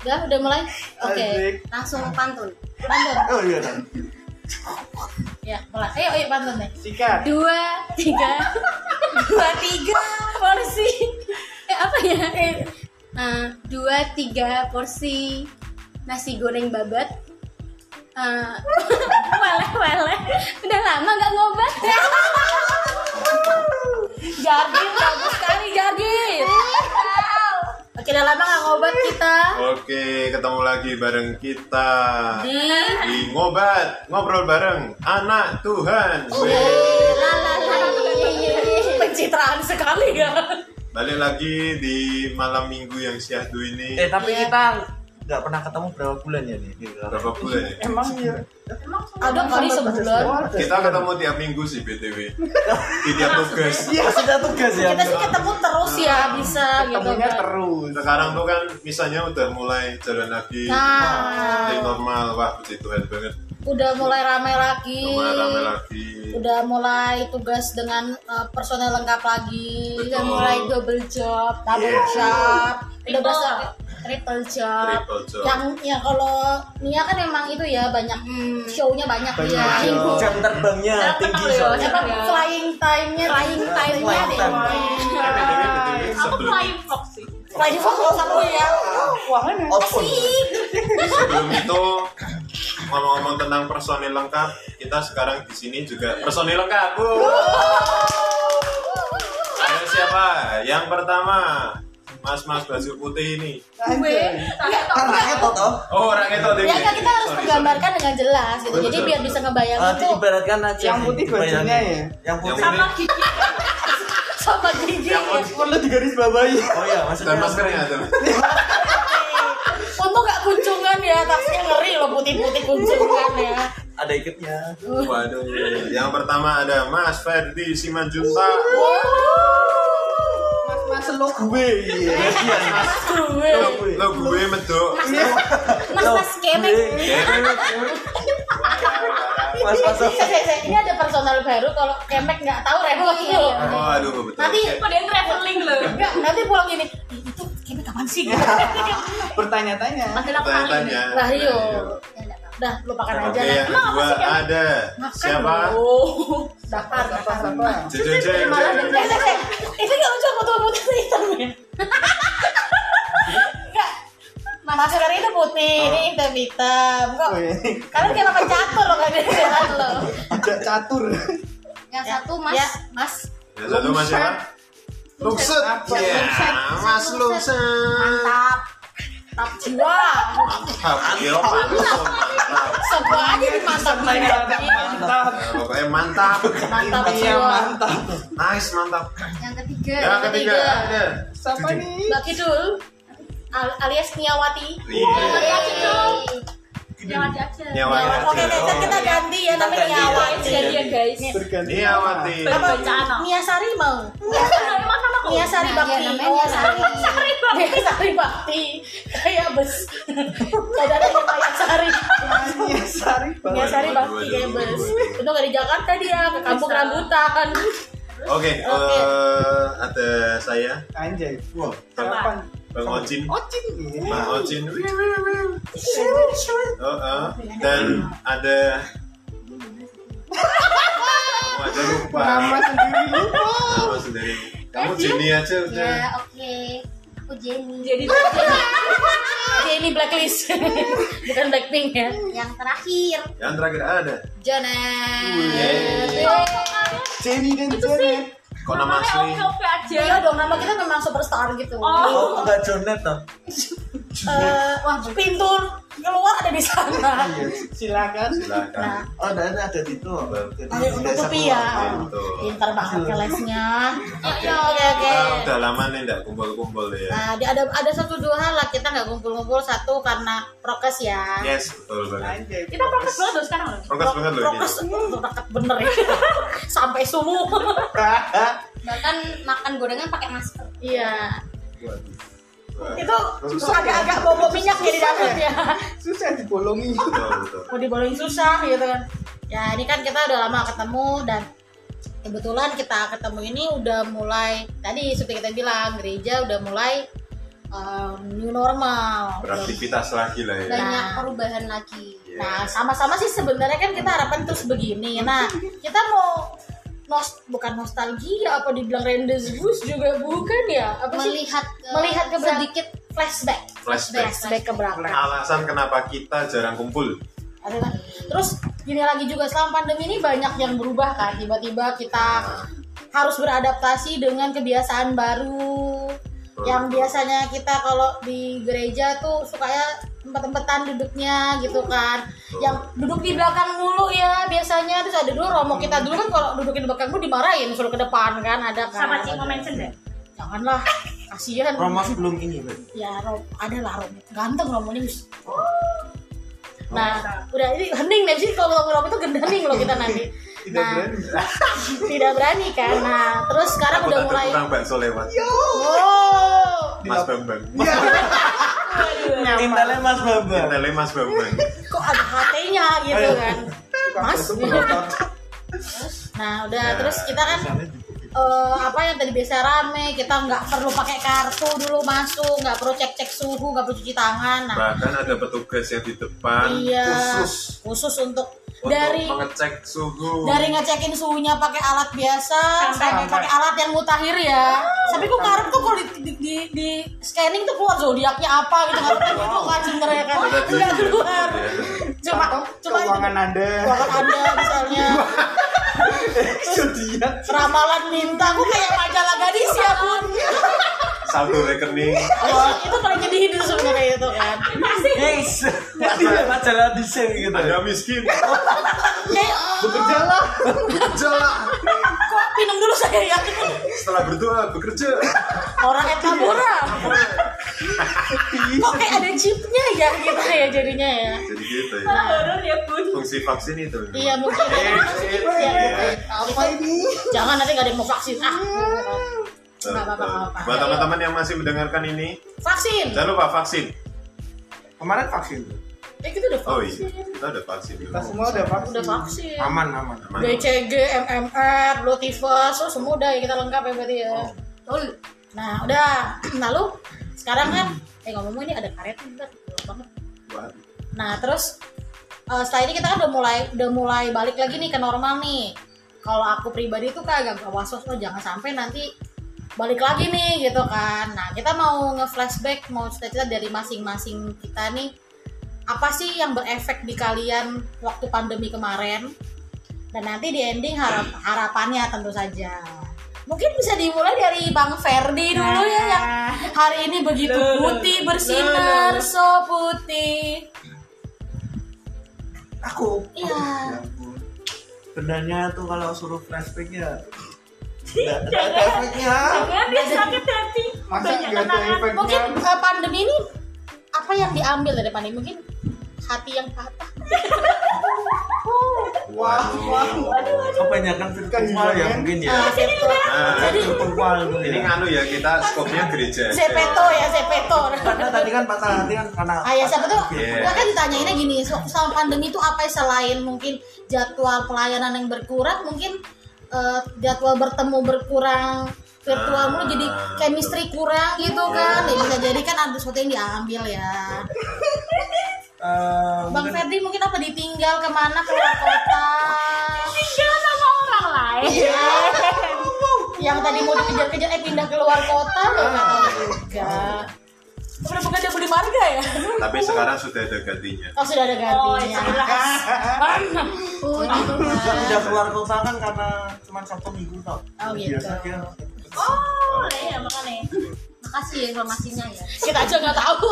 udah mulai. Oke, Langsung pantun. pantun. Oh iya. Ya, mulai. Ayo pantun deh. Sikat. 2, 3 porsi. Apa ya? 2, 3 porsi nasi goreng babat. Wale. Udah lama gak ngobat. Jargin, bagus sekali Jargin. Oke, udah lama gak ngobat kita. Oke, ketemu lagi bareng kita Di ngobrol bareng anak Tuhan. Pencitraan sekali ya. Balik lagi di malam minggu yang syahdu ini. Tapi kita nggak pernah ketemu berapa bulan ya nih? Berapa bulan ya? Emang ya. Ada kali sebulan. Kita ketemu tiap minggu sih BTW. Di tiap tugas. Iya, sudah tugas ya. Kita sih ketemu terus ya bisa gitu Ketemunya kan. terus. Sekarang tuh kan misalnya udah mulai jalan lagi. Nah, Normal, wah puji Tuhan banget. udah mulai ramai lagi. Ramai lagi. Udah mulai tugas dengan personel lengkap lagi. Betul. Udah mulai double job, udah berasa triple job. Yang kalau Nia kan emang itu ya banyak show-nya banyak ya. Jam terbangnya tinggi soalnya. Apa flying time-nya deh. Aku Flying Fox sih. Flying fox satu ya. Wah, mana? Asik. Sebelum itu ngomong-ngomong tentang personil lengkap, kita sekarang di sini juga personil lengkap. Ada siapa? Yang pertama, Mas baju putih ini. Karena itu toh. Oh, orang itu Ya kan kita harus menggambarkan dengan jelas gitu. Jadi Betul. biar bisa ngebayangin tuh Diibaratkan aja. Yang putih bajunya ya. Yang putih. Sama gigi. sama gigi. Perlu digaris bawahi. Oh iya, maksudnya. Dan maskernya tuh. Untung gak kuncungan ya, tasnya ngeri loh putih-putih kuncungan ya. Ada ikatnya. Waduh. Yang pertama ada Mas Ferdi Simanjunta. Mas lo gue. Mas gue. Lo gue medok. Mas kemek. Mas. Ini ada personal baru, kalau kemek nggak tahu repot loh. Oh, aduh betul. Nanti Padahal traveling loh. enggak, nanti pulang gini. Itu kemek kapan sih? Bertanya-tanya. Padahal aku kali ini. Tanya. Lah yo. Udah lupakan aja Oke, lah. yang kedua ada siapa? Daftar. Jeng. Itu nggak lucu putih hitam ya. Masker itu putih, ini hitam. Kok? Kalian kayak makan catur loh kan lo. Tidak catur. Yang satu Mas. Ya, Mas. Yang satu Mas siapa? Lungset. Iya, Mas Lungset. Mantap. Mantap jiwa. Mantap. Yo, mantap. Semua aja dimantap. Mantap. Pokoknya mantap. Mantap Iya, jiwa. mantap. Nice, mantap. Yang ketiga. Yang ketiga ada. Siapa nih? Mbak Kidul alias Niawati. Jangan aja. Nyawanya. Oke, kan kita ganti ya namanya Niawati. Jadi ya guys. Berganti. Niawati. Apa? Bencana. Nia Sari mau? Emang nama aku? Nia Sari Nah, Bakti. iya, namanya Sari. Nia Sari Bakti. Kayak bus. Saudaranya Maya Sari. Nia Sari. Nia Sari Bakti kayak bus. Itu nggak di Jakarta dia, ke Kampung Rambutan. Oke, ada saya, Anjay. Wow. Siapa? Bang Ocin. Ocin. Bang Ocin. Dan ada aja lupa. Nama sendiri lupa. Nama sendiri. Kamu Jenny aja udah. Ya, oke. Aku Jenny. Jadi Ini blacklist. Bukan Blackpink ya. Yang terakhir. Yang terakhir ada. Janet. Jenny dan Janet. Kok nama asli? oke aja. Iya dong, nama kita memang superstar gitu. Oh. Enggak Jonet toh. Wah, pintu keluar ada di sana. Silakan. Silakan. Oh, ada di itu. Ada nutupi ya. Betul. Pintar banget ke lesnya. Ayo. Oke. Kita udah lama nih nggak kumpul-kumpul ya. Nah, ada satu dua hal lah kita nggak kumpul-kumpul. Satu karena prokes ya. Yes, betul banget. Anjay. Kita prokes banget loh sekarang loh. Progres banget loh ini. Prokes dekat bener ya. Sampai subuh. Bahkan makan gorengan pakai masker. Iya. Waduh. Itu agak-agak bau minyak ya di dalamnya. Susah dibolongi. Betul. Mau dibolehin susah gitu kan. Ya ini kan kita udah lama ketemu dan kebetulan kita ketemu ini udah mulai tadi seperti kita bilang gereja udah mulai new normal. Beraktivitas lagi lah ya. Banyak perubahan lagi. Nah, sama-sama sih sebenarnya kan kita harapan terus begini. Nah, kita mau bukan nostalgia apa dibilang rendezvous juga bukan ya? Apa sih? Melihat ke sedikit flashback ke belakang. Alasan kenapa kita jarang kumpul. Adalah. Terus gini lagi juga selama pandemi ini banyak yang berubah kan. Tiba-tiba kita harus beradaptasi dengan kebiasaan baru. Yang biasanya kita kalau di gereja tuh sukanya tempat-tempatan duduknya gitu kan. Yang duduk di belakang mulu ya biasanya. Terus ada dulu romo kita dulu kan kalau dudukin di belakang tuh dimarahin suruh ke depan kan, ada kan. Sama Cimo mention deh. Janganlah, kasihan. Romo sebelum ini, Mbak. Ya, ada lah romo. Ganteng romonya. Nah, udah ini hening deh sih kalau ngomong romo itu gendaning loh kita nanti. Tidak berani kan. Nah, terus sekarang udah mulai tukang bakso lewat. Mas Bambang. Intelnya Mas Bambang. Intelnya Mas Bambang. kok ada HT-nya gitu kan. Mas. Nah, udah terus kita kan apa yang tadi biasa rame, kita nggak perlu pakai kartu dulu masuk, nggak perlu cek suhu, nggak perlu cuci tangan. Nah, bahkan ada petugas yang di depan khusus untuk dari mengecek suhu. Dari ngecekin suhunya pakai alat biasa sampai pakai alat yang mutakhir ya. Tapi kok karep tuh kalau di scanning tuh keluar zodiaknya apa gitu, nggak tahu itu kan sebenarnya kan nggak keluar. Cuma keuangan Anda misalnya. Ramalan minta, aku kayak majalah gadis ya Bun. Saldo rekening. Itu paling nyedihin itu sebenarnya itu kan. Yes. Majalah desain gitu. Ada miskin. Kayak bekerja lah. kok minum dulu saya ya. Setelah berdoa bekerja. Orang etabora. Kok kayak ada chipnya ya gitu ya jadinya ya. Jadi gitu ya. Horor ya Bun. Fungsi vaksin itu. Iya mungkin. Apa ini? Jangan nanti gak ada yang mau vaksin. Buat teman-teman yang masih mendengarkan ini, Vaksin. jangan lupa vaksin. Kemarin vaksin tuh. Kita udah Oh vaksin. iya, kita udah vaksin dulu. Kita semua udah vaksin. Udah vaksin. Aman. BCG, MMR, Lotifus, semua udah ya kita lengkap ya berarti ya. Nah udah. Lalu sekarang kan, ngomong ini ada karet nih, banget. Nah terus setelah ini kita kan udah mulai balik lagi nih ke normal nih. Kalau aku pribadi tuh kayak agak was-was loh, jangan sampai nanti balik lagi nih gitu kan. Nah kita mau nge-flashback, mau cerita-cerita dari masing-masing kita nih, apa sih yang berefek di kalian waktu pandemi kemarin. Dan nanti di ending harapannya tentu saja. Mungkin bisa dimulai dari Bang Ferdi dulu ya, yang hari ini begitu putih bersinar, so putih. Aku. Iya. Sebenarnya tuh kalau suruh flashback ya ada efeknya. Jangan dia sakit hati. Masa Banyak nggak ada kenangan. efeknya? Mungkin pandemi ini apa yang diambil dari pandemi? Mungkin hati yang patah. Kebanyakan virtual ya mungkin ya. Jadi Virtual tuh Ini ya. nganu ya, kita skopnya gereja. Zepeto. Karena tadi kan patah hati kan karena Ya siapa tuh? Yeah. Gua kan ditanyainnya gini, selama pandemi itu apa selain mungkin jadwal pelayanan yang berkurang, mungkin jadwal bertemu berkurang, virtual mulu jadi chemistry kurang gitu kan. Ya, bisa jadi kan ada sesuatu yang diambil ya. Bang mungkin Ferdi mungkin apa ditinggal kemana, keluar kota? Tinggal sama orang lain. Iya. Yang tadi mau dikejar-kejar pindah keluar kota loh, nggak tahu juga. Udah bukan dia beli marga ya? Tapi sekarang sudah ada gantinya. Oh sudah ada gantinya. Oh gitu kan. udah keluar kota kan karena cuma 1 minggu tau. Oh gitu. Biasa dia. Oh, ya makanya. Makasih ya informasinya ya. Kita aja nggak tahu.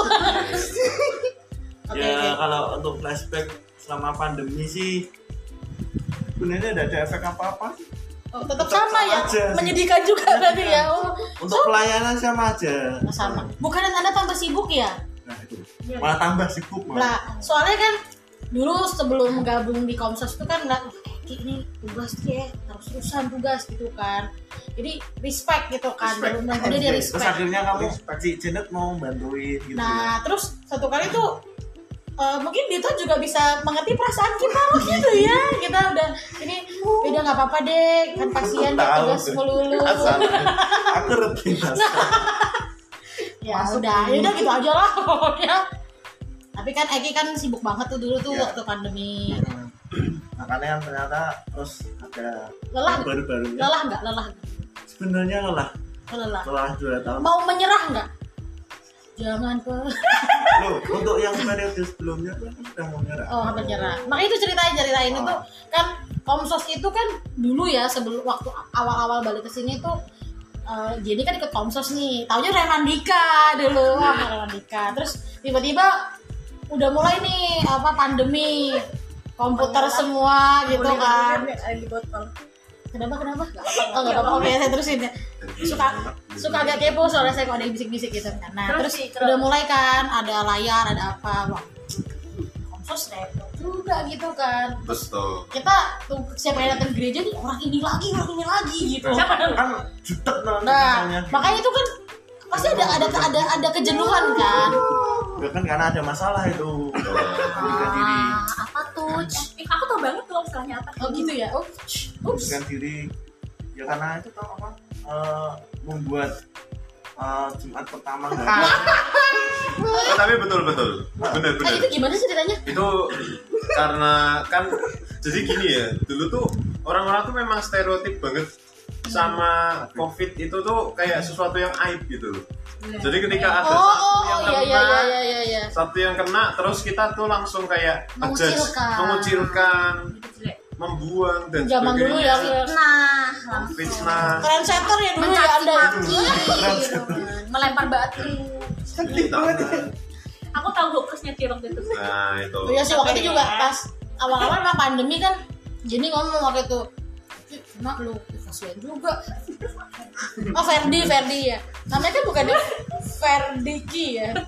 Oke. Kalau untuk flashback selama pandemi sih sebenarnya tidak ada efek apa-apa. Oh, tetap sama ya, aja. menyedihkan juga berarti ya. Oh, Untuk pelayanan sama aja. sama. Bukan Anda tambah sibuk ya? Nah itu malah tambah sibuk malah. Nah, soalnya kan dulu sebelum gabung di Komsos itu kan nggak, ini tugas ya harus terusan tugas gitu kan. Jadi respect gitu kan, benar-benar dia Terus respect. akhirnya kamu si Janet mau bantuin gitu. Nah, terus satu kali tuh mungkin Dito juga bisa mengerti perasaan kita loh gitu ya. Kita udah nggak apa-apa deh, kan kasihan dia tugas melulu. Aku ngerti. Ya Masuk udah, nih. ya udah gitu aja lah pokoknya. Tapi kan Eki kan sibuk banget tuh dulu tuh Iya. waktu pandemi. Makanya ternyata terus ada Lelah, baru-barunya lelah nggak? Lelah, sebenarnya lelah lelah. setelah 2 tahun. Mau menyerah nggak? Jangan Loh, untuk yang periode sebelumnya kan sudah mau nyerah. Oh, menyerah. Makanya itu ceritain itu kan Komsos itu kan dulu ya sebelum waktu awal-awal balik ke sini tuh jadi kan ikut Komsos nih. Taunya Remandika dulu, Remandika. Terus tiba-tiba udah mulai nih pandemi komputer semua gitu kan. Kenapa? Oh nggak apa-apa, oke saya terusin ya. Suka agak kepo soalnya saya kok ada yang bisik-bisik gitu kan. Nah terus udah mulai kan ada layar, ada apa. Wah, Komsos repot juga gitu kan. Terus tuh Kita tuh siapa yang datang gereja nih orang ini lagi gitu. kan jutek Nah makanya itu kan pasti ada kejenuhan kan. ya kan karena ada masalah itu membuka diri Apa tuh? Aku tau banget tuh masalahnya apa. Oh gitu ya. membuka diri ya karena itu tau apa membuat Jumat pertama nggak tapi betul Nah, bener itu gimana ceritanya? itu karena kan jadi gini ya, dulu tuh orang-orang tuh memang stereotip banget sama COVID itu tuh kayak sesuatu yang aib gitu loh. Jadi ketika ada satu yang kena terus kita tuh langsung kayak mengucilkan, membuang dan Zaman dulu ya. Nah, fitnah. Trendsetter ya dulu ya Anda. melempar batu. Aku tahu hoaxnya dia waktu itu. Nah itu. Iya sih waktu itu juga pas awal-awal mah pandemi kan. Jadi ngomong waktu itu, "Cuma lu kasihan juga." Oh Ferdi ya. Namanya kan bukan Ferdiki ya.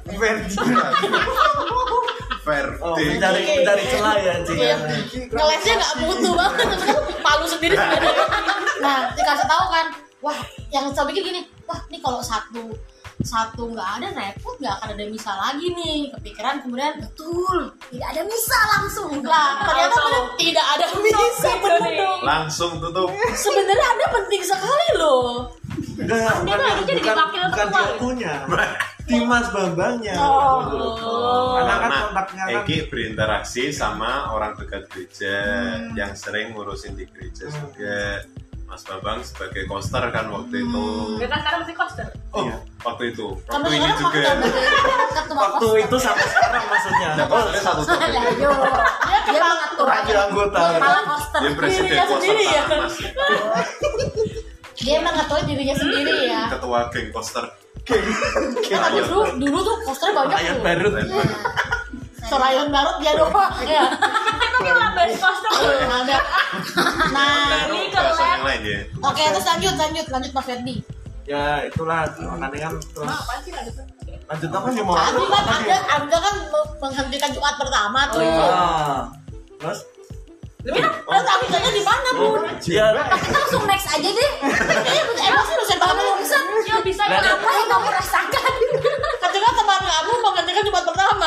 Mencari celah ya Cing. Iya. Ngelesnya nggak mutu banget, palu sendiri sebenarnya. Nah dikasih tahu kan, wah yang saya pikir gini, wah ini kalau satu nggak ada repot, nggak akan ada misa lagi nih. Kepikiran kemudian betul tidak ada misa langsung lah. Ternyata bener, tidak ada misa betul. Langsung tutup. Sebenarnya Anda penting sekali loh. harusnya jadi wakil bukan ketua. diakunya, Dimas Bambangnya. Karena kan kontaknya kan Eki berinteraksi sama orang dekat gereja yang sering ngurusin di gereja juga. Mas Bambang sebagai koster kan waktu itu. Dia kan sekarang masih koster. Oh, waktu itu. Kamu Waktu ini sekarang juga. ketua Waktu itu sampai sekarang maksudnya. Nah, kosternya satu tahun. dia mengatur lagi anggota kepala koster Dia presiden dirinya koster sendiri ya. Mas. Dia mengatur dirinya sendiri ya. Ketua geng koster. Kan dulu tuh kosternya banyak Ayat tuh. Barut. Selain Barut dia doang ya. Emang yang lambat koster. Ada. Nah, Ini Bahasa yang lain ya. oke terus lanjut Mas Ferdi. Ya itulah makanya kan terus Apaan sih lanjut? lanjut apa sih mau? Tadi kan Anda kan menghentikan Jumat pertama tuh. Terus Terus lanjutannya di mana Bun? dia Kita langsung next aja deh. Kayaknya emosi dosen banget. Ya bisa ya. Apa yang kamu rasakan? Ketika teman kamu menghentikan Jumat pertama.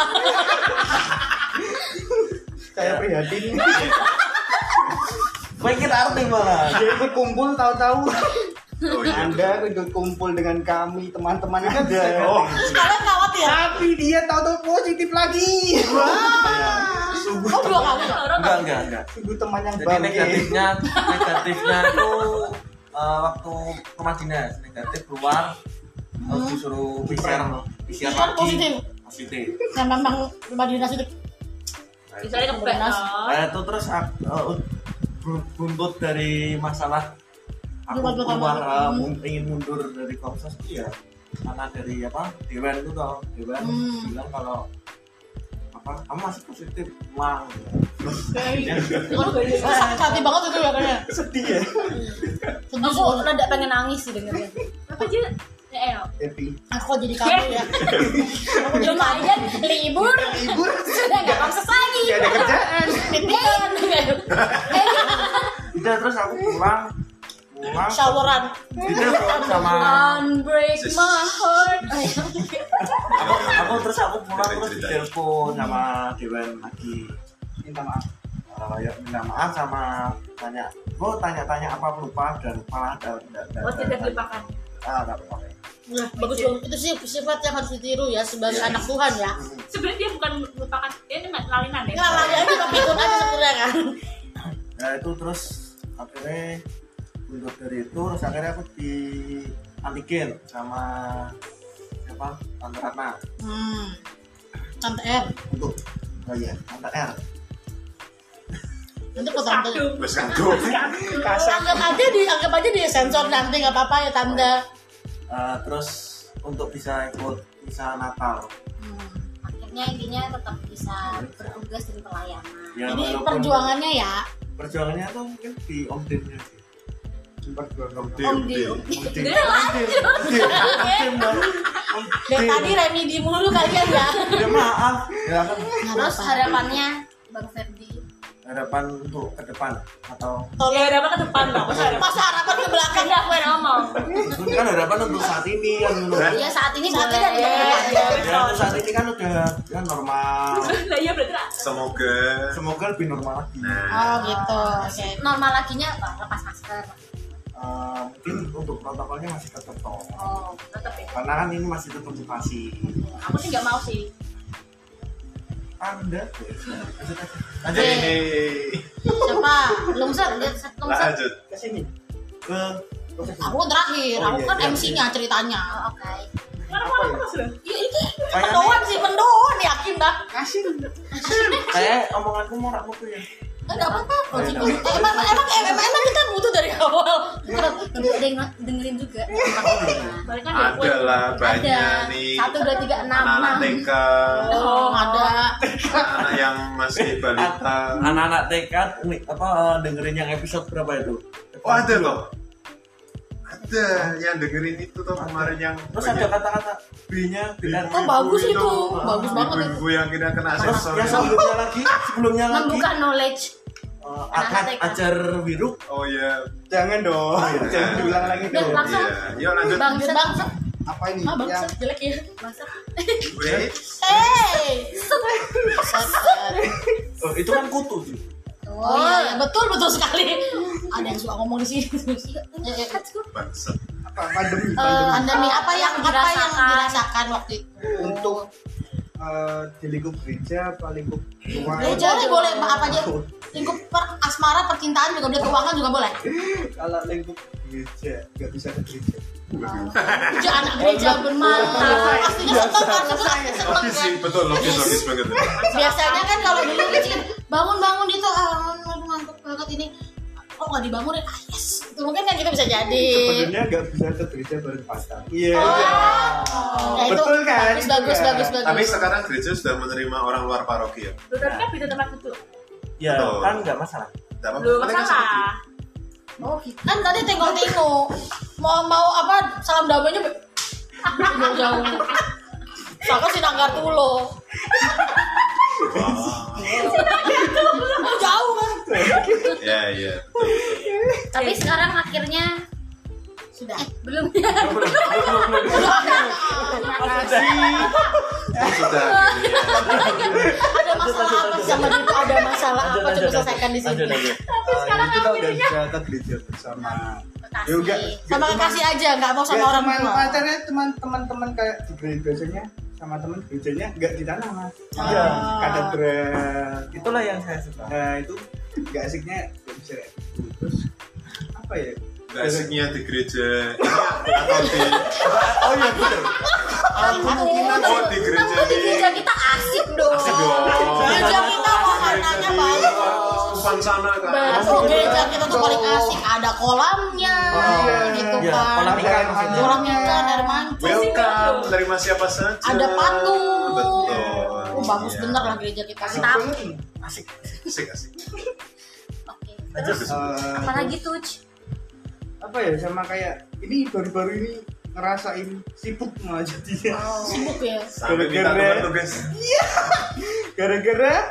kayak prihatin gue kita arti malah. dia ikut kumpul tahu-tahu Oh iya. Anda ikut kumpul dengan kami teman-teman ada Oh, Terus kalian kawat ya? tapi dia tahu-tahu positif lagi Oh 2 kali ya? Enggak. sungguh teman yang Jadi bangke negatifnya itu waktu ke Madinah negatif keluar harus disuruh PCR Kan lagi positif. Yang memang rumah dinas itu. Bisa dikebak. Itu terus buntut dari masalah aku Jumat pertama. keluar ingin mundur dari Komsos itu ya karena dari Dewan itu toh Dewan bilang kalau kamu masih positif mang Sakit hati banget itu ya kayaknya. sedih ya Aku rada pengen nangis sih dengernya. Apa aja? Ya, happy Aku jadi kamu ya. Aku jadi kamu. Lumayan libur. Sudah nggak Komsos lagi. gak ada kerjaan Titipan. udah terus aku pulang Showeran. ditelepon sama Unbreak my heart. aku pulang terus ditelepon sama Dewan lagi minta maaf ya minta maaf sama tanya apa lupa dan lupa ada Oh tidak dilupakan. nggak apa-apa Nah, bagus banget. Itu sih sifat yang harus ditiru ya sebagai anak Tuhan ya. Sebenarnya dia bukan merupakan ini lalinan ya. Nggak lari aja tapi ikut aja sebenarnya kan. Nah itu terus akhirnya untuk dari itu terus akhirnya aku diantikin sama siapa Tante Ratna Tante R. untuk Tante R. Nanti kok tante. Wes kandung. Anggap aja di sensor nanti nggak apa-apa ya tante. Terus untuk bisa ikut misa Natal. Akhirnya intinya tetap bisa bertugas di pelayanan. Ya, Jadi walaupun perjuangannya ya. perjuangannya tuh mungkin di Om Dimnya sih. Om Di. Dari tadi remedi mulu kalian ya. Ya maaf. Ya kan Terus harapannya Bang Ferdi. harapan untuk ke depan atau Ya ada apa ke depan lah. Masa harapan ke belakang Enggak aku yang ngomong. itu kan harapan untuk saat ini kan dulu. Ya saat ini Saat boleh. ini ada. Ya untuk saat ini kan udah normal. Lah iya berarti lah. Semoga Semoga lebih normal lagi. Oh gitu. Oke. Normal laginya apa? Lepas masker. Mungkin untuk protokolnya masih tetap toh. Oh, tetap ya. Karena kan ini masih tetap mutasi. Aku sih nggak mau sih. Anda lanjut ini. Siapa? Lungser, lihat set lungser. Lanjut. ke sini ke Aku terakhir. Oh, Aku iya, kan iya. MC-nya ceritanya. Oh, oke. Mana terus loh. Ya ini pendoan sih pendoan yakin dah. kayak omonganku mau rak mutu ya. Enggak apa-apa. Emang kita butuh dari awal. Ada yang dengerin juga. Balik kan dia Ada lah banyak Ada. nih. 1, 2, 3, 6. Anak-anak TK, Oh, ada. anak yang masih balita. Anak-anak tekad ini dengerin yang episode berapa itu? Oh ada loh. Ada yang dengerin itu tuh kemarin yang Terus ada kata-kata B-nya BR. Oh, bagus itu. Bagus banget itu. Ibu yang kita kena Terus sensor. yang sebelumnya lagi Membuka knowledge. akan ajar Wiruk. Oh iya. Jangan dong, jangan diulang lagi Dan dong. langsung Iya. Yuk lanjut. bangsa. Bangsa. Apa ini? Ah, bangsa Yang jelek ya. Bangsa. Wait. Hey. Oh, itu kan kutu sih. Oh iya, betul sekali. Ada yang suka ngomong di sini. Bangsat. apa pandemi? Pandemi apa yang dirasakan. dirasakan waktu itu? Untuk di lingkup gereja apa lingkup luar? Gereja boleh apa aja. Lingkup asmara, percintaan juga boleh, keuangan juga boleh. Kalau lingkup gereja nggak bisa ke gereja. Kerja anak gereja bermata. Pastinya seneng kan, seneng Logis sih, kan. betul logis banget. Biasanya kan kalau dulu kecil bangun itu ngantuk banget ini. Kok nggak dibangunin? Ah yes, itu mungkin kan kita bisa jadi. Sebenarnya nggak bisa ke gereja bareng pastor. Iya. Ya, itu Betul kan? bagus. Tapi sekarang gereja sudah menerima orang luar paroki ya. Lu kan beda tempat duduk. Ya Betul. kan nggak masalah. Tidak apa-apa. Belum Mereka masalah. Oh gitu. Kan tadi tengok-tengok. Mau apa salam damainya jauh-jauh. Saka Sinanggar Tulo. Jauh kan. Iya. Betul. Tapi sekarang akhirnya Sudah. belum. Sudah. Ada masalah apa sama itu? Ada masalah apa? Coba selesaikan di sini. Sekarang itu udah akhirnya. bisa ke gereja bersama. Bekasi. Ya enggak. Sama kekasih aja, nggak mau sama orang tua. Pacarnya teman-teman kayak di gereja biasanya sama teman gerejanya nggak di tanah mas. Iya. Katedral. Itulah yang saya suka. Nah itu nggak asiknya nggak bisa kayak gitu. Terus apa ya? Gak asiknya di gereja ini atau di Oh iya betul. oh di gereja Di gereja kita asik dong. Asik dong. Gereja kita wahananya bagus. Depan sana kan. Oh, gereja kita tuh paling asik, ada kolamnya, gitu Iya, kan. kolam ikan maksudnya. Kolam ikan, air mancur, Welcome, terima siapa saja. ada patung. Betul. Oh, bagus Iya. bener lah gereja kita. Asik. Oke. Lanjut. Terus apalagi tuh? Apa ya sama kayak ini baru-baru ini ngerasain sibuk malah jadinya. Sibuk ya. Sampai minta teman tugas. Gara-gara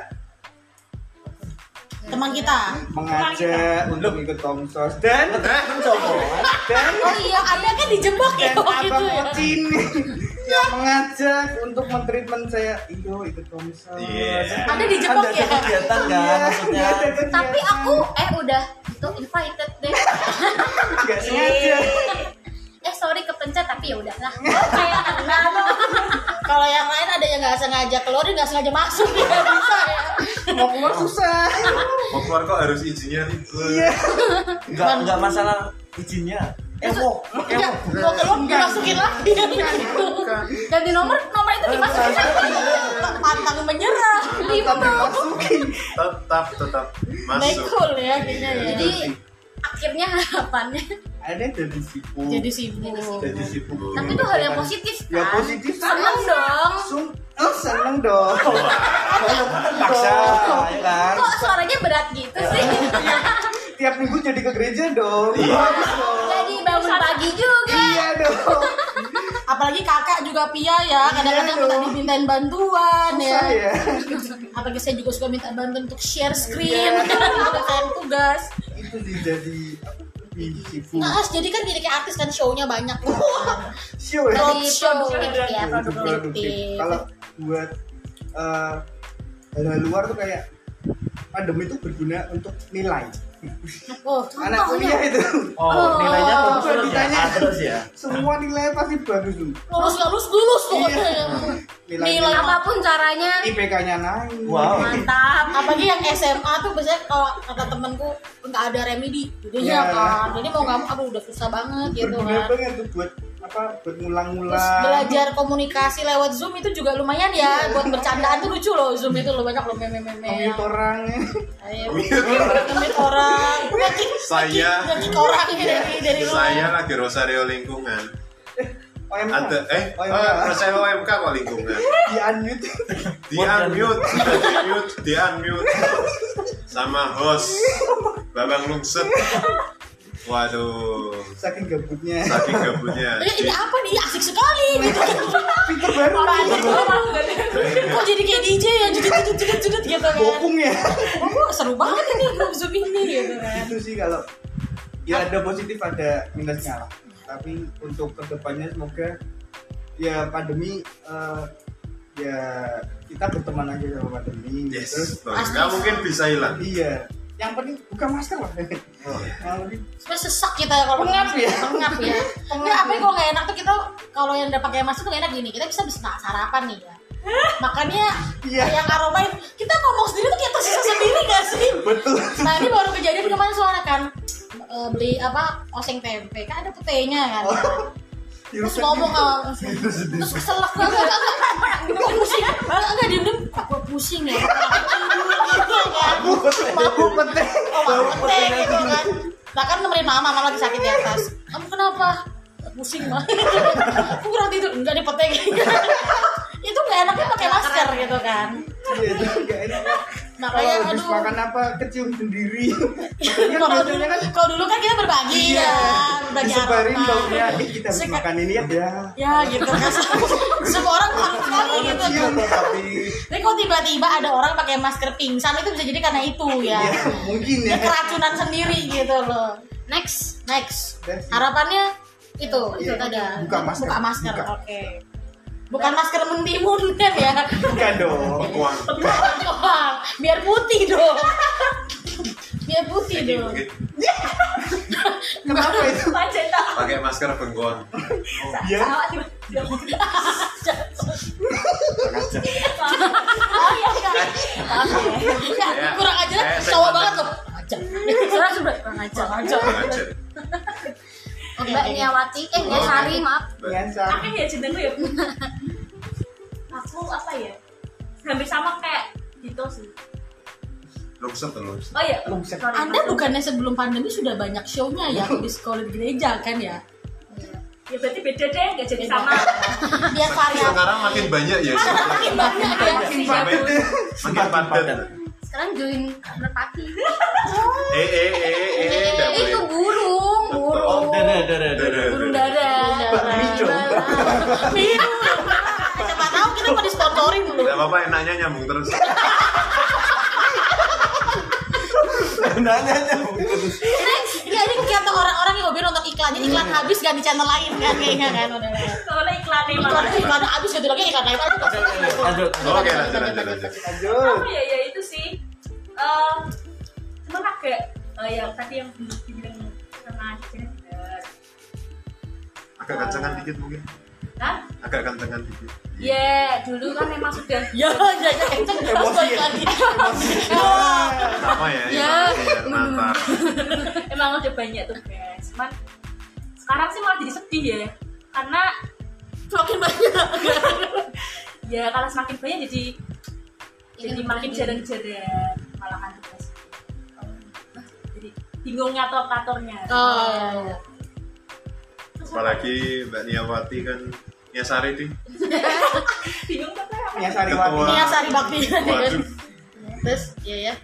Teman kita. mengajak untuk ikut komsos dan Oh iya, ada kan dijebak ya waktu itu abang ya. Ocin yang mengajak untuk mentreatment saya iyo ikut komsos. Iya. Ada dijebak ya. Kegiatan kan maksudnya. Tapi aku udah itu invited deh. nggak sengaja. sorry kepencet tapi ya udahlah. Kayak kenal lo. Kalau yang lain ada yang nggak sengaja keluar, dia nggak sengaja masuk, dia nggak bisa ya. Mau keluar susah. Mau keluar kok harus izinnya ribet. Iya. Enggak masalah izinnya. Mau keluar dimasukin lagi. Ganti nomor itu dimasukin. Pantang menyerah. Tetap masuk. Nekul ya kayaknya ya. Jadi akhirnya harapannya Ada yang jadi sibuk. Jadi sibuk. Jadi sibuk. tapi itu hal yang positif kan. Ya positif. Seneng dong. Seneng dong. Paksa, ya kan. Kok suaranya berat gitu sih? Tiap minggu jadi ke gereja dong. Bagus dong. Jadi bangun pagi juga. Iya dong. Apalagi kakak juga Pia ya, kadang-kadang Iya minta dong. dimintain bantuan Susah ya. ya. Apalagi saya juga suka minta bantuan untuk share screen, untuk saya tugas. Itu jadi lebih sibuk. Nah, jadi kan jadi kayak artis kan show-nya banyak. Show ya. Jadi Roadshow. produktif ya, produktif. Produktif. Kalau buat hal-hal luar tuh kayak pandemi itu berguna untuk nilai. Oh, Anak kuliah itu Nilainya kalau terus ditanya ya. Terus ya. semua nilai pasti bagus tuh. lulus nggak lulus pokoknya. Nilai Apapun caranya. IPK-nya naik. Wow. Mantap. Apalagi yang SMA tuh biasanya kalau kata temanku nggak ada remedi, jadi Iya. kan. Jadi mau nggak mau, aduh udah susah banget gitu Berguna kan. banget tuh buat buat Terus ngulang-ngulang. belajar komunikasi lewat Zoom itu juga lumayan ya, buat bercandaan tuh lucu loh. Zoom itu lo banyak lo meme-meme. Ngomongin orang. Ayo, ngomongin orang. Saya- ngekik orang dari luar. Saya lagi Rosario lingkungan. OMK. Ada Rosario OMK kok lingkungan. Di unmute. Di unmute sama host Babang Lungset. Waduh, Saking gabutnya. saking gabutnya. Ini apa nih, asik sekali gitu. Pinter banget. Kok jadi kayak DJ ya, jedut gitu kan. Bokung ya. Oh, seru banget ini grup Zoom ini gitu kan. Itu sih kalau ya ada positif ada minusnya lah. Tapi untuk kedepannya semoga ya pandemi ya kita berteman aja sama pandemi. Yes, Terus nggak mungkin bisa hilang. iya. Yang penting buka masker lah. Yang penting Sebenarnya sesak kita ya kalau Pengap ya? Pengap ya. Nggak, apa ya kalau nggak enak tuh kita kalau yang udah pakai masker tuh nggak enak gini. Kita bisa sarapan nih ya. Makanya Iya. yang aromain kita ngomong sendiri tuh kayak tersisa sendiri gak sih? betul. Nah ini baru kejadian kemarin soalnya kan beli apa oseng tempe kan ada petenya kan. Terus ngomong terus keselak banget gitu pusing enggak diem kok gue pusing ya gitu kan Mabuk penting. mabuk teh gitu kan. Nah kan nemenin mama lagi sakit di atas. Kamu kenapa? Pusing mah. Aku kurang tidur. Enggak dipeteng. Itu nggak enaknya pakai masker gitu kan. Iya itu enggak enak. Makanya Kalau habis aduh. makan apa kecium sendiri. Kalau dulu kan kita berbagi Iya. ya, berbagi Disebarin aroma. baunya. Kita habis makan ini ya. Ya gitu kan. Semua orang paham sekali gitu kan. Cium tapi Tapi kok tiba-tiba ada orang pakai masker pingsan itu bisa jadi karena itu ya. ya mungkin ya. Dia keracunan sendiri gitu loh. Next. Harapannya itu Iya. tadi. Buka masker. Buka masker. Buka. Oke. Bukan masker mentimun kan ya. Bukan dong. Bengkoang. Wah, biar putih dong. Biar putih Ini dong. mungkin Kenapa itu? pakai masker bengkoang. Ya. Oh iya kan. Ya, kurang ajar Kayak cowok segmen- banget loh. Ajar. Sudah kurang ajar. Aja. Oke, Mbak Niawati, Sari maaf. Biasa. Apa ya jenengku ya? Aku apa ya? Hampir sama kayak gitu sih. Lungset terus. Oh iya. Lungset. Sorry, Anda Mas. bukannya sebelum pandemi sudah banyak show-nya ya di sekolah di gereja kan ya? Ya berarti beda deh, nggak jadi sama. Biar variatif. Sekarang makin banyak ya. Makin banyak ya. Sampai makin padat. Sekarang join Merpati. Nggak Itu boleh. burung. Burung dada. Bakmi coba. Minum. Siapa tahu kita mau disponsorin dulu. Gak apa-apa, enaknya nyambung terus. Nanya Iya ini kata orang-orang yang hobi nonton iklannya, iklan habis gak di channel lain kan kayaknya kan. Soalnya iklannya malah. Iklan habis ganti lagi iklan lain. Lanjut. Oke, lanjut. lanjut. Apa ya itu sih. Cuman agak yang tadi yang dibilang sama gender. Agak kencengan dikit mungkin. Hah? Agak kencengan dikit. Ya, dulu kan memang sudah Ya, kenceng terus balik lagi. Apa ya? Ya. Mantap. emang udah banyak tuh guys. Cuman sekarang sih malah jadi sedih ya. Karena Semakin banyak. ya kalau semakin banyak jadi makin jarang-jarang malahan tugas. Jadi bingung ngatur-ngaturnya. Oh iya. Apalagi Mbak Niawati kan Niasari di Bingung apa ya? Nia Sariwati. Ketua. Nia Sari Bakti. Waduh, Terus iya ya.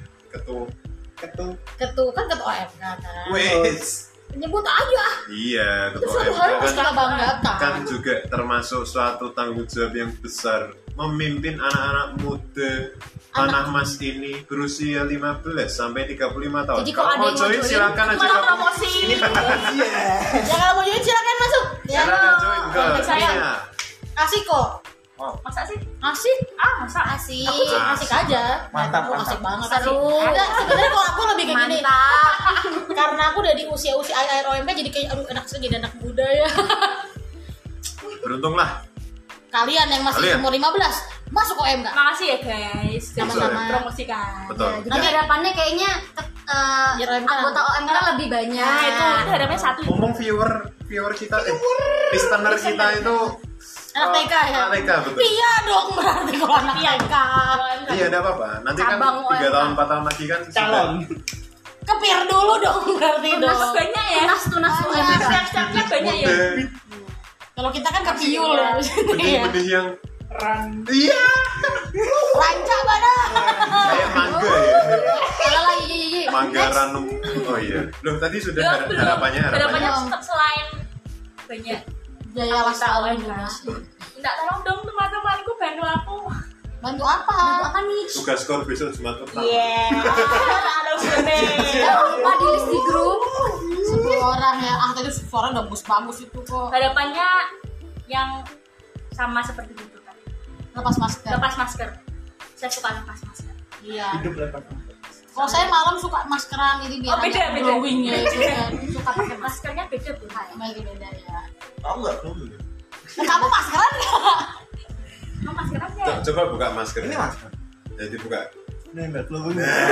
ketua Kan ketua MK kan. wes. Nyebut aja. Iya, Itu ketua suatu MK hal yang harus kan, kita banggakan. kan juga termasuk suatu tanggung jawab yang besar memimpin anak-anak muda tanah mas ini berusia 15 sampai 35 tahun. Jadi kalau ada mau yang join mau join, silakan aja Malah kamu. promosi. Ya kalau mau join silakan masuk. Ya. Silakan join ke kontak saya. ininya. Asik kok. Masa sih? Asik. Masa Asik. Aku sih asik aja. Mantap, Aku asik banget. Seru. Enggak, sebenarnya kalau aku lebih kayak gini. Mantap. Karena aku udah di usia-usia akhir OMP jadi kayak aduh enak sekali jadi anak muda ya. Beruntunglah. Kalian yang masih Kalian. umur 15 masuk OMK. Makasih ya guys. Sama-sama. Promosikan. Betul. Jadi harapannya kayaknya Biar OMK. anggota OMK lebih banyak. Nah, itu harapannya satu. Ngomong viewer kita listener kita itu Anak TK ya. anak TK betul. Iya dong berarti kalau anak TK. Iya, ada apa-apa. Nanti kan Cabang 3 OMK. tahun 4 tahun lagi kan Calon. Kepir dulu dong berarti Tunas dong. banyak ya. Tunas Banyak. Siap-siapnya banyak ya. muda. Kalau kita kan kepiul ya. Benih-benih yang iya, Rancak badan. kayak mangga ya. Kalau lagi iya. Mangga ranum. Oh iya. Loh, tadi sudah Belum. harapannya. Harapannya selain banyak Jaya Lestari Indonesia. minta tolong dong teman-temanku bantu aku. Bantu apa? Apa nih? Tugas skor besok Jumat pertama. Ada bener. Jangan lupa di list di grup. 10 orang ya. Tadi suara udah bagus itu kok. Harapannya yang sama seperti itu kan. Lepas masker. Lepas masker. Saya suka lepas masker. Iya. Hidup lepas. Kalau saya malam suka maskeran ini biar Oh, beda, ada beda. glowing ya itu kan. Suka pakai maskernya beda tuh. Bagi beda ya. Tahu nggak dulu? Nah, kamu maskeran nggak? Kamu maskernya? Coba buka masker. Ini masker. Jadi buka. Ini enggak keluar.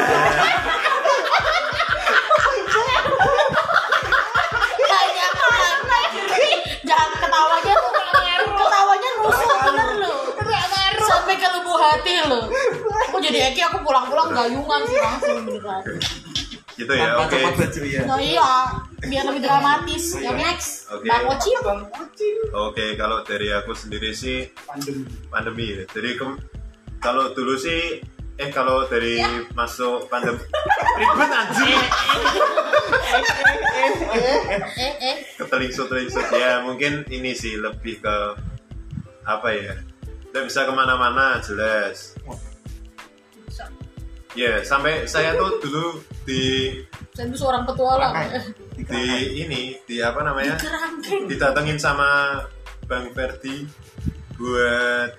Kayaknya jangan ketawanya tuh ketawanya nusuk bener loh. Sampai ke lubuk hati loh. Aku jadi Eki aku pulang-pulang gayungan sih langsung beneran. Gitu ya, oke. Copot baju ya. Nah iya, biar lebih dramatis. Yang next, Oke. Bang Ocim. Oke, kalau dari aku sendiri sih pandemi ya. Jadi kalau dulu sih kalau dari masuk pandemi ribet anjing. Ketelingsut ya, mungkin ini sih lebih ke apa ya? Tidak bisa kemana-mana jelas. Ya, sampai saya tuh dulu Saya itu seorang petualang. di apa namanya? Didatengin sama Bang Ferdi buat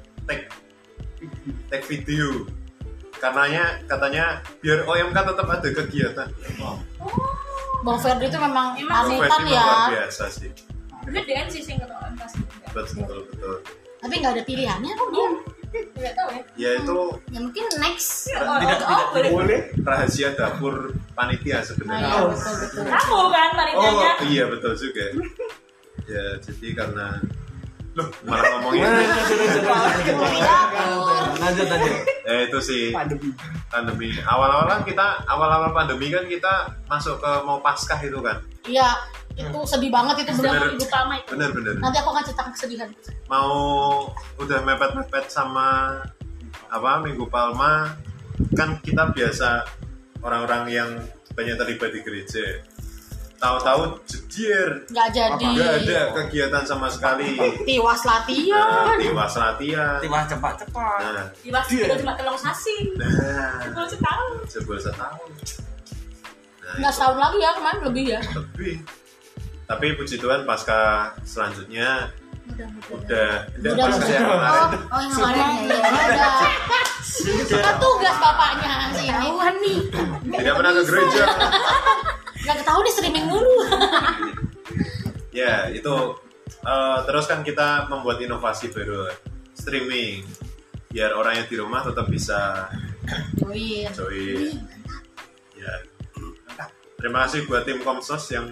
tag video. Katanya biar OMK tetap ada kegiatan. Bang Ferdi itu memang Bang panutan Ferdi ya. luar biasa sih. Bener DN sih saya nggak tahu MK sih. Betul. Tapi nggak ada pilihannya kok dia. Nggak tahu ya. Ya itu Ya mungkin next. Boleh. rahasia dapur panitia Nah, sebenarnya. iya, betul. Kamu kan panitianya. Oh iya betul juga. Ya jadi karena loh malah ngomongin Lanjut. ya itu sih pandemi. Awal-awal pandemi kan kita masuk ke mau Paskah itu kan. Iya, itu sedih banget itu benar. Bener. Minggu Palma itu. Bener. Nanti aku akan cerita kesedihan. Mau udah mepet-mepet sama Minggu Palma kan kita biasa orang-orang yang banyak terlibat di gereja. Tahu-tahu jedier Nggak jadi. nggak ada kegiatan sama sekali. Tiwas latihan. Tiwas latihan. Tiwas cepat. Nah, Diwas itu cuma telung sasi. Belum setahun. sebuah setahun. Nggak setahun lagi ya kemarin lebih ya. Lebih. Tapi puji Tuhan pasca selanjutnya udah pasca yang kemarin. Oh yang kemarin ya. Udah. Tugas bapaknya sini. Tahuan nih. Tidak pernah ke gereja. Nggak ketahuan di streaming mulu. Ya itu terus kan kita membuat inovasi baru streaming biar orang yang di rumah tetap bisa join. Ya. Terima kasih buat tim Komsos yang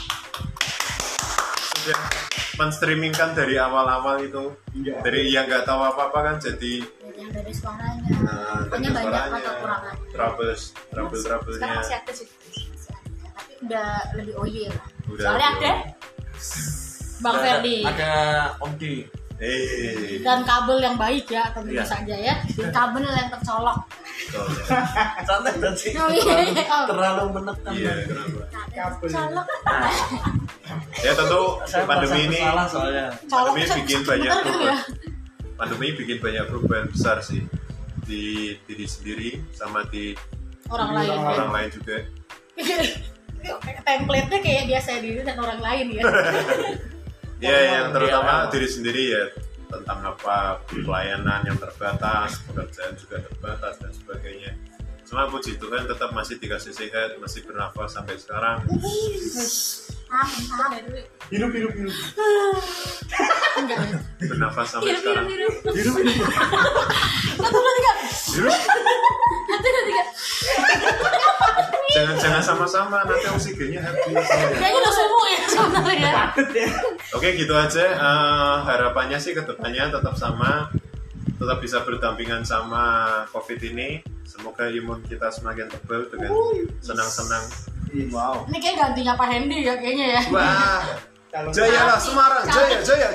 sudah men-streamingkan dari awal-awal itu. Dari yang nggak tahu apa-apa kan jadi yang dari suaranya pokoknya banyak kekurangan trouble-troublenya. Sekarang masih ada sih. tapi udah lebih OY lah. Soalnya ada Bang Ferdi Ada Om D. dan kabel yang baik ya tentu saja ya. Kabel yang tercolok. Santai dan sih. Oh, iya. Terlalu menekan. Iya, kenapa? Tercolok. Ya tentu Saya pandemi ini salah soalnya. pandemi bikin banyak Bener gitu ya. perubahan. Pandemi bikin banyak perubahan besar sih di diri sendiri sama di Orang lain. orang lain juga. Template-nya kayak biasa diri dan orang lain ya. Ya, yang terutama diri sendiri ya tentang apa pelayanan yang terbatas, pekerjaan juga terbatas dan sebagainya. Cuma puji Tuhan tetap masih dikasih sehat, masih bernafas sampai sekarang. Hidup. Bernafas sampai sekarang. Jangan sama-sama nanti oksigennya habis. Kayaknya udah subuh ya sebenarnya. Oke, gitu aja. Harapannya sih kedepannya tetap sama, tetap bisa berdampingan sama COVID ini. Semoga imun kita semakin tebal dengan senang-senang. Wow. Ini kayak gantinya Pak Hendy ya kayaknya ya. Wah, jaya lah Semarang, jaya.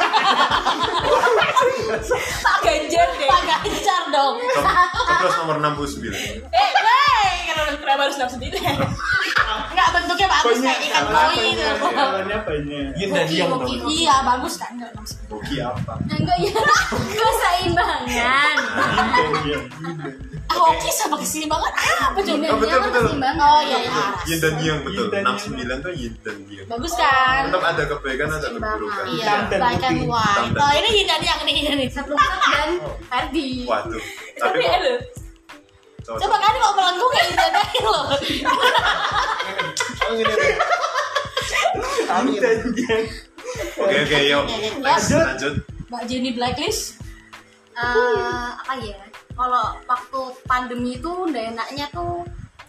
Pak Ganjar deh. Pak Ganjar dong. Coblos nomor 69. Kenapa harus 6 sendiri? Enggak, bentuknya bagus kayak ikan koi gitu. Jalannya banyak. Yin dan Yang dong. Iya, bagus kan. Enggak, Bogi apa? Enggak ya. Keseimbangan. hoki sama keseimbangan apa coba? Oh, betul. Oh iya, iya. Yin dan Yang betul. Yin dan 69 tuh Yin dan Yang. Bagus kan? Tetap ada kebaikan, ada keburukan. Iya, dan black and putih. white. Oh, ini Yin dan Yang nih. Sepluk dan Ferdi. Waduh. Tapi kok lo. cocok. Coba kan kalau melengkung kayak Yin dan Yang loh. Oh ini nih. Oke, yuk. Lanjut. Mbak Jenny Blacklist. Apa ya? Kalau waktu pandemi itu nggak enaknya tuh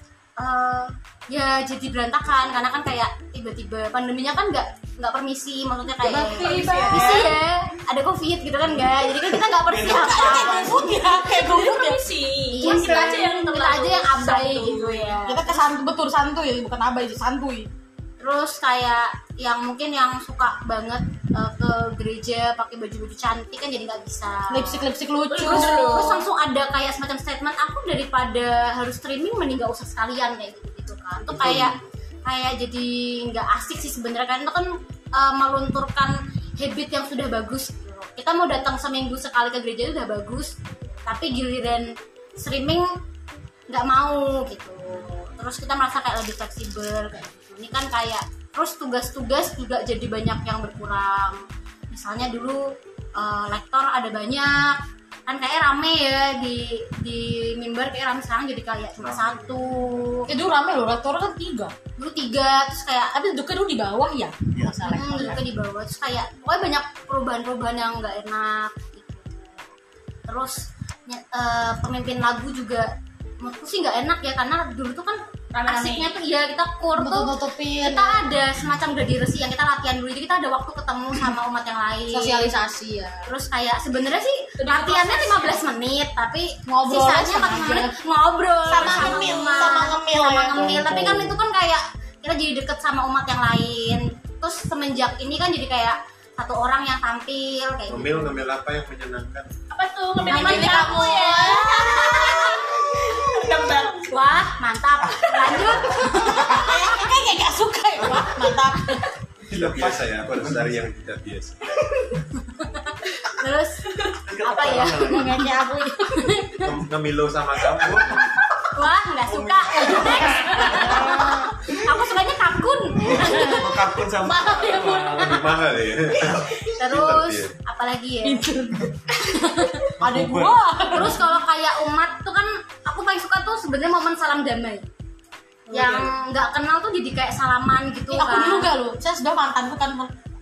ya jadi berantakan karena kan kayak tiba-tiba pandeminya kan nggak permisi, maksudnya kayak permisi ya ada COVID gitu kan nggak, jadi kan kita nggak persiapan. Kayak gubuk ya. Iya, kita aja yang abai gitu ya. Kita ke betul santuy, bukan abai, santuy. Terus kayak yang mungkin yang suka banget ke gereja pakai baju-baju cantik kan jadi nggak bisa. Lipstick lucu. Terus langsung ada kayak semacam statement, aku daripada harus streaming mending nggak usah sekalian kayak gitu kan. Itu kayak jadi nggak asik sih sebenarnya kan, itu kan melunturkan habit yang sudah bagus gitu. Kita mau datang seminggu sekali ke gereja itu udah bagus, tapi giliran streaming nggak mau gitu. Terus kita merasa kayak lebih fleksibel kayak gitu. Ini kan kayak terus tugas-tugas juga jadi banyak yang berkurang. Misalnya dulu lektor ada banyak, kan kayak rame ya di mimbar, kayak rame, sekarang jadi kayak cuma satu. Itu rame loh, lektor kan 3. Dulu 3, terus kayak Tapi duduknya dulu di bawah ya. Masalah lektor. duduknya di bawah, terus kayak pokoknya banyak perubahan-perubahan yang nggak enak gitu. Terus pemimpin lagu juga menurutku sih nggak enak ya, karena dulu tuh kan asiknya tuh ya kita kur tuh Tutupin. kita ada semacam gladi resi yang kita latihan dulu, jadi kita ada waktu ketemu sama umat yang lain, Sosialisasi ya. terus kayak sebenarnya sih latihannya 15 menit tapi Ngobrol sisanya sama 40 menit ngobrol Sama ngemil, umat. sama ngemil ya. Ngemil. Tapi kan itu kan kayak kita jadi deket sama umat yang lain. Terus semenjak ini kan jadi kayak satu orang yang tampil kayak gitu. Ngemil apa yang menyenangkan? Apa tuh? Ngemil Ngemil kamu ya. Wah mantap, lanjut. Kayak gak suka ya, Wah, mantap. Tidak biasa ya, aku harus cari yang tidak biasa. Terus apa ya, Ngekek aku. Ngemilo sama kamu. wah nggak suka. Next. Aku sukanya kakun. Kapten sama Mahal ya, Bun. Lebih mahal ya. Terus Iya. apalagi ya, Ada gua. terus kalau kayak umat tuh kan aku paling suka tuh sebenarnya momen salam damai. Yang nggak kenal tuh jadi kayak salaman gitu Aku kan. dulu gak loh. Saya sudah mantanku kan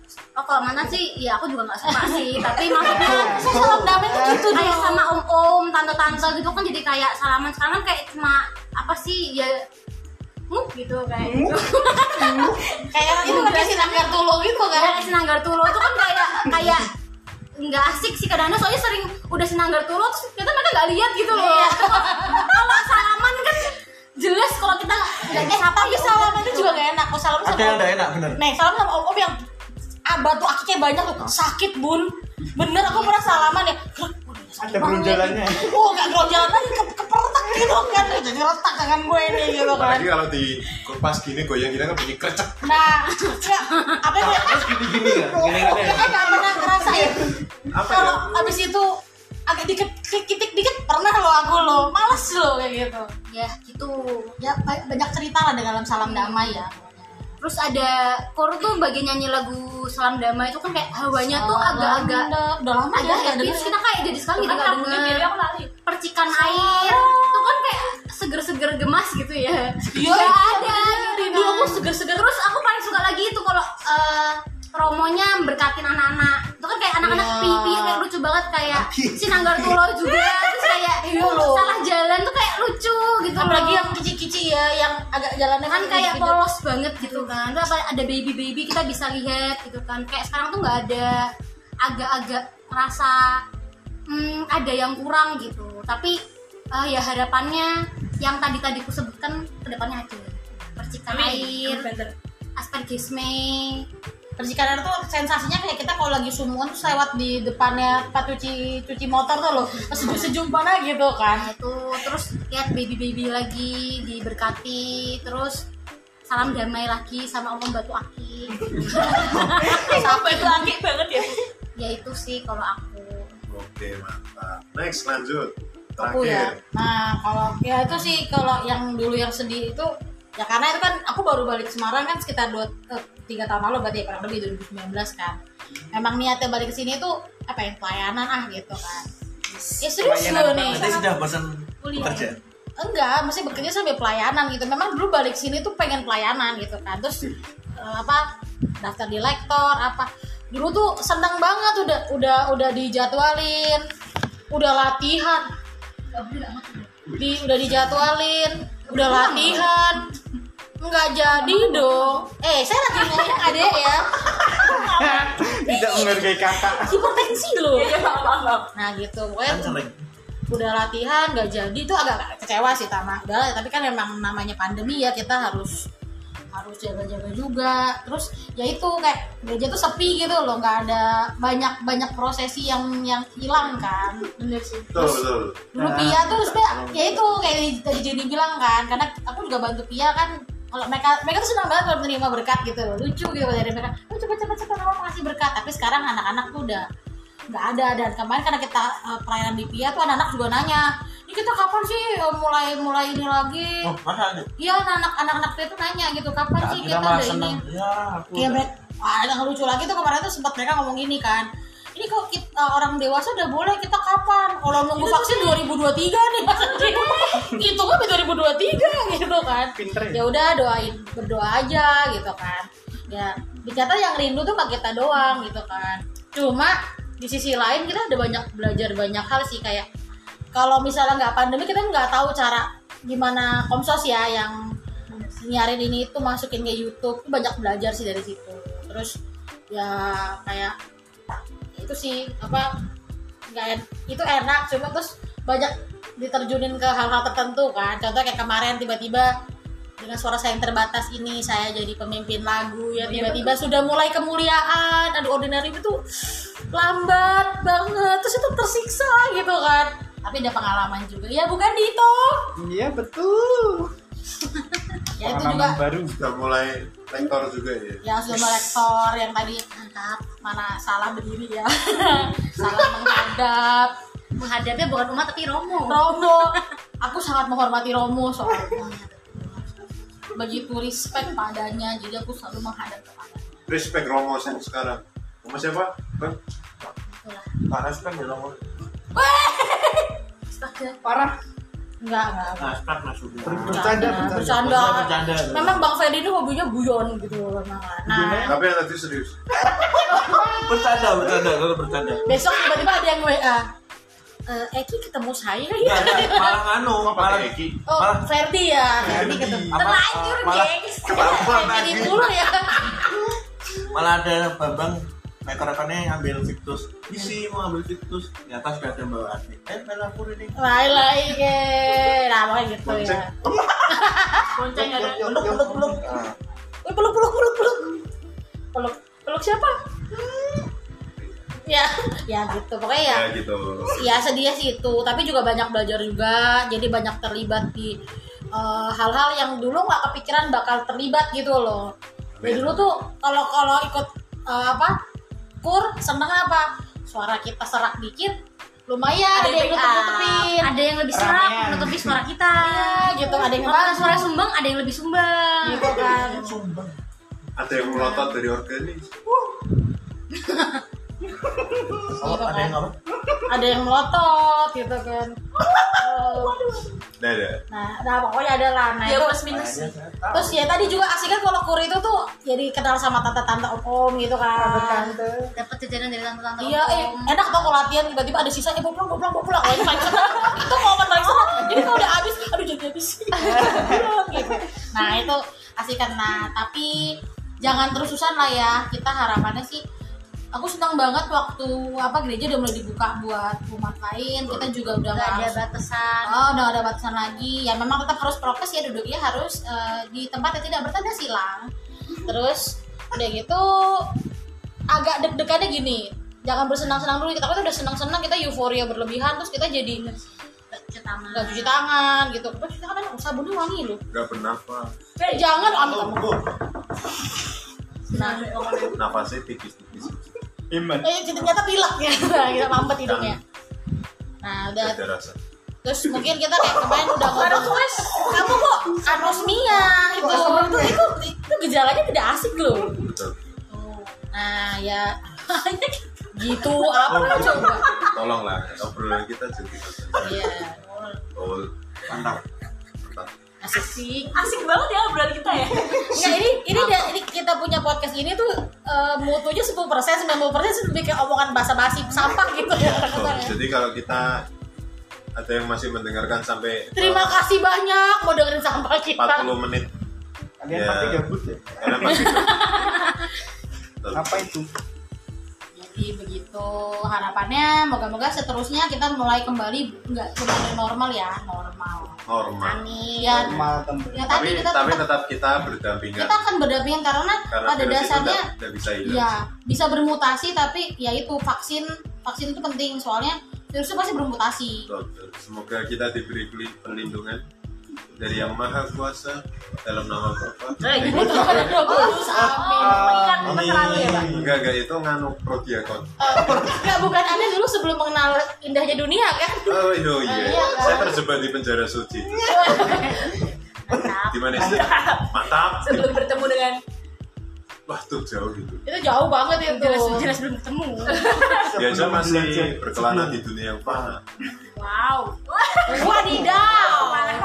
Oh kalau mantan sih, ya aku juga nggak suka sih. Tapi maksudnya salam damai tuh gitu kayak sama om-om, tante-tante gitu kan jadi kayak salaman sekarang kayak cuma apa sih ya gitu kayak gitu. Kayak itu kan Sinanggar Tulo gitu kan. Ya Sinanggar Tulo itu kan kayak nggak asik sih kadang-kadang soalnya sering udah Sinanggar Tulo terus ternyata mereka nggak lihat gitu loh. Kalau salaman kan jelas kalau kita nggak tapi salaman itu juga gak enak. Kalau salaman Ada yang udah enak bener. Nih, salaman sama om-om yang batu akiknya banyak tuh, sakit bun. Bener aku pernah salaman ya. Ada gerunjalannya. Oh nggak gerunjalan lagi, kepertak gitu kan. Jadi retak tangan gue ini gitu kan. Apalagi kalau di pas gini goyang gini kan bunyi krecek. Nah, ya, apa yang Terus gini-gini ya, gini-gini. nggak pernah ngerasa ya. Apa Kalau ya? abis itu agak dikit pernah lo males lo kayak gitu. ya gitu. Ya banyak cerita lah di dalam salam damai ya. Terus ada Koro tuh bagian nyanyi lagu Salam Damai itu kan kayak hawanya tuh agak-agak udah lama ya agak happy. denger. Terus kita kayak jadi sekali Kan nggak rambutnya biru denger aku lari. percikan air itu kan kayak seger-seger gemas gitu ya. Iya, Nggak ada rindu gitu. aku seger-seger. Terus aku paling suka lagi itu kalau promonya berkatin anak-anak itu kan kayak anak-anak Iya. pipi kayak lucu banget kayak Sinanggar Tulo juga terus kayak salah jalan tuh kayak lucu gitu Apalagi loh. yang kici-kici ya, yang agak jalannya Kan kayak gitu. polos banget gitu kan. Terus ada baby kita bisa lihat gitu kan. Kayak sekarang tuh nggak ada agak-agak rasa ada yang kurang gitu. Tapi ya harapannya yang tadi ku sebutkan kedepannya ada percikan air, aspergisme. Percikan air tuh sensasinya kayak kita kalau lagi sumuan terus lewat di depannya tempat cuci motor tuh loh, sejuk mana gitu kan. Nah, itu terus lihat baby lagi diberkati, terus salam damai lagi sama om batu aki. Sampai itu aki banget ya. Ya itu sih kalau aku. Oke, mantap. Next, lanjut. Aku ya. Terakhir. Nah, kalau ya itu sih kalau yang dulu yang sedih itu ya karena itu kan aku baru balik Semarang kan sekitar 3 tahun lalu berarti ya, kurang lebih 2019 kan. Memang niatnya balik ke sini tuh apa ya, pelayanan gitu kan. Ya serius loh nih. Nanti sudah bosan Kuliah. bekerja. Enggak, mesti bekerja sambil pelayanan gitu. Memang dulu balik sini tuh pengen pelayanan gitu kan. Terus daftar di lektor apa. Dulu tuh seneng banget udah dijadwalin, udah latihan. Udah dijadwalin, udah latihan. Enggak jadi dong. Saya lagi ngomong adek ya. Tidak menghargai kakak. Hipertensi loh. Iya, maaf. Nah gitu, Kan pokoknya sering. udah latihan nggak jadi itu agak kecewa sih Tama. Udah, tapi kan memang namanya pandemi ya, kita harus jaga-jaga juga. Terus ya itu kayak gereja tuh sepi gitu loh, nggak ada banyak prosesi yang hilang kan. Bener sih. Betul. Dulu Pia tuh sebenarnya ya itu kayak tadi Jenny bilang kan, karena aku juga bantu Pia kan. Kalau mereka tuh senang banget kalau menerima berkat gitu loh, lucu gitu dari mereka. Cepet mama kasih berkat. Tapi sekarang anak-anak tuh udah nggak ada. Dan kemarin karena kita perayaan di Pia tuh anak-anak juga nanya, ini kita kapan sih mulai ini lagi? Oh, masa ada? Iya, anak-anak Pia tuh nanya gitu, kapan sih kita malah udah ini? seneng. Ya, aku. Iya, yang lucu lagi tuh kemarin tuh sempat mereka ngomong gini kan, ini kok orang dewasa udah boleh, kita kapan? Kalau nunggu vaksin 2023 nih itu kan 2023 gitu kan. Pinter ya? Ya udah berdoa aja gitu kan. Ya bicara yang rindu tuh gak kita doang gitu kan. Cuma di sisi lain kita ada belajar banyak hal sih, kayak kalau misalnya nggak pandemi kita nggak tahu cara gimana Komsos ya yang nyiarin ini itu masukin ke YouTube, banyak belajar sih dari situ. Terus ya kayak itu sih itu enak, cuma terus banyak diterjunin ke hal-hal tertentu kan. Contoh kayak kemarin tiba-tiba dengan suara saya yang terbatas ini saya jadi pemimpin lagu ya, tiba-tiba sudah mulai kemuliaan. Aduh, ordinary itu lambat banget, terus itu tersiksa gitu kan. Tapi ada pengalaman juga ya, bukan Dito? Iya betul. Ya itu Pengalaman juga baru. Sudah mulai lektor juga ya. yang sudah melektor yang tadi mantap, mana salah berdiri ya. Salah Menghadapnya bukan umat tapi Romo. Aku sangat menghormati Romo soalnya, begitu respect padanya, jadi aku selalu menghadap kepadanya. Respect Romo yang sekarang. Romo siapa? Bang? Itulah. Panas kan ya, Romo. Parah. Enggak. Start maksudnya. Bercanda. Memang Bang Ferdi ini hobinya guyon gitu loh. Nah, Tapi yang tadi serius. Bercanda. besok tiba-tiba ada yang WA. Eki ketemu saya ya. Malah Eki. Oh, Ferdi ya. Ferdi ketemu. Terlanjur, gengs. Ferdi dulu ya. Malah ada Bambang rekan-rekannya ngambil Victus. Isi mau ambil Victus. Di atas gak ada bawaan. Melapor ini. Lai ke. Nah, pokoknya gitu ya. Bonceng ada. Peluk siapa? Ya gitu. Pokoknya ya. Ya gitu. Ya sedih sih itu, tapi juga banyak belajar juga. Jadi banyak terlibat di hal-hal yang dulu nggak kepikiran bakal terlibat gitu loh. Jadi dulu tuh kalau ikut kur seneng apa? Suara kita serak dikit, lumayan ada yang nutupin. Ada yang lebih serak menutupi suara kita. Iya, gitu. Ada yang Kalau suara sumbang, ada yang lebih sumbang. gitu kan. Ada yang melotot dari organik. Ada yang apa? Ada yang melotot gitu kan. Nah pokoknya ada lah. Nah, Ya itu plus minus. terus ya tadi juga asik kan kalau kur itu tuh jadi kenal sama tante-tante om gitu kan. Dapat jajanan dari tante-tante. Iya, enak tuh kalau latihan tiba-tiba ada sisa, mau pulang. Kalau itu paling senang. Itu momen paling senang. Jadi kalau udah habis, aduh jadi habis. Gitu. Nah itu asik kan. Nah tapi jangan terus-terusan lah ya. Kita harapannya sih. Aku senang banget waktu gereja udah mulai dibuka buat umat lain. Kita juga udah nggak ada harus batasan. udah ada batasan lagi. Ya memang tetap harus prokes ya, duduknya harus di tempat yang tidak bertanda silang. Terus udah gitu agak deg-degannya gini. Jangan bersenang-senang dulu. Kita kan udah senang-senang, kita euforia berlebihan, terus kita jadi nggak cuci tangan gitu. Terus cuci tangan sabunnya wangi loh. Gak bernafas. Jangan amit-amit. Nah, Nafasnya tipis-tipis. ternyata pilek ya. Kita mampet hidungnya. Nah, udah. Ada rasa. Terus mungkin kita kayak kemarin udah ngomong, kamu kok anosmia itu gejalanya tidak asik loh. Betul. Nah ya gitu apa coba. Tolonglah obrolan kita jadi. Iya. Oh, mantap. Asik banget ya obrolan kita ya. Enggak, ini kita punya podcast ini tuh mutunya 10%, 90% lebih kayak omongan basa-basi sampah gitu ya. Jadi kalau kita ada yang masih mendengarkan sampai Terima kasih banyak mau dengerin sampah kita. 40 menit. Kalian Ya. pasti gabut ya. Karena pasti Apa itu? Jadi begitu harapannya, moga-moga seterusnya kita mulai kembali nggak cuma normal ya, normal. Amin. Ya, Normal kembali. ya tapi kita kita berdampingan. kita akan berdampingan karena pada virus itu dasarnya nggak bisa hilang. ya bisa bermutasi, tapi ya itu vaksin itu penting soalnya virusnya pasti bermutasi. Betul. Semoga kita diberi perlindungan dari Yang Maha Kuasa dalam nama Bapa. Amin. Enggak itu nganu prodiakon. Enggak, bukan Anda dulu sebelum mengenal indahnya dunia kan? Oh iya. Iya, kan? Saya terjebak di penjara suci. Di mana sih? Mantap. Sebelum bertemu dengan Wah, tuh jauh gitu. Itu jauh banget itu. Jelas belum ketemu. Biasa masih berkelana di dunia yang fana. wow. Wadidaw.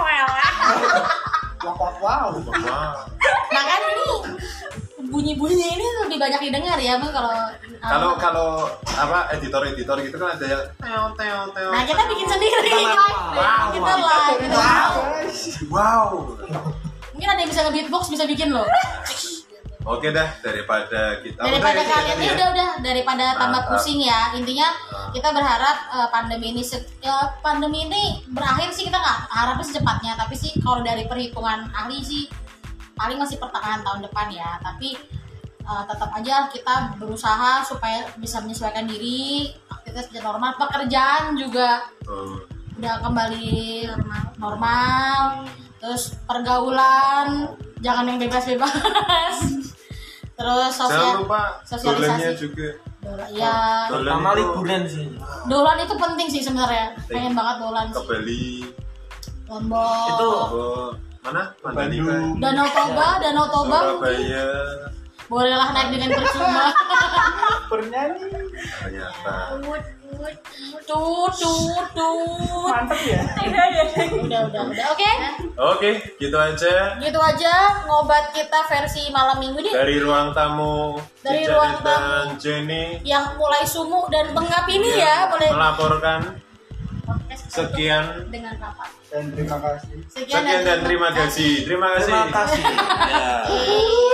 Wow. Wah. Nah kan ini bunyi-bunyi ini lebih banyak didengar ya, Bang, Kalau editor gitu kan ada yang teo. Nah, kita bikin sendiri. Kita live. Wow. Mungkin ada yang bisa nge-beatbox, bisa bikin loh. Oke dah, daripada kita Daripada kalian ya. udah daripada tambah Mantap. pusing ya. Intinya kita berharap pandemi ini berakhir sih, kita nggak harapnya secepatnya, tapi sih kalau dari perhitungan ahli sih paling masih pertengahan tahun depan ya. Tapi tetap aja kita berusaha supaya bisa menyesuaikan diri, aktivitas bisa normal, pekerjaan juga udah kembali normal. Terus pergaulan jangan yang bebas-bebas. Terus Jangan lupa sosialisasi dolannya juga. Ya, Sama liburan sih. dolan itu penting sih sebenarnya. Pengen banget dolan Ke sih. Bali. Lombok. Itu Mana? Mandalika. Danau Toba. Surabaya. Bolehlah naik dengan percuma. Bernyanyi. Ternyata. Tuh. Mantep ya. Udah. Oke. Oke, gitu aja. Gitu aja ngobat kita versi malam minggu nih. Dari ruang tamu Dari Cica ruang dan Jenny Yang mulai sumuk dan bengap ini ya, boleh. melaporkan. Podcast kita Sekian. tutup dengan rapat. Dan terima kasih. Sekian dan terima kasih. Terima kasih. Terima kasih. Ya.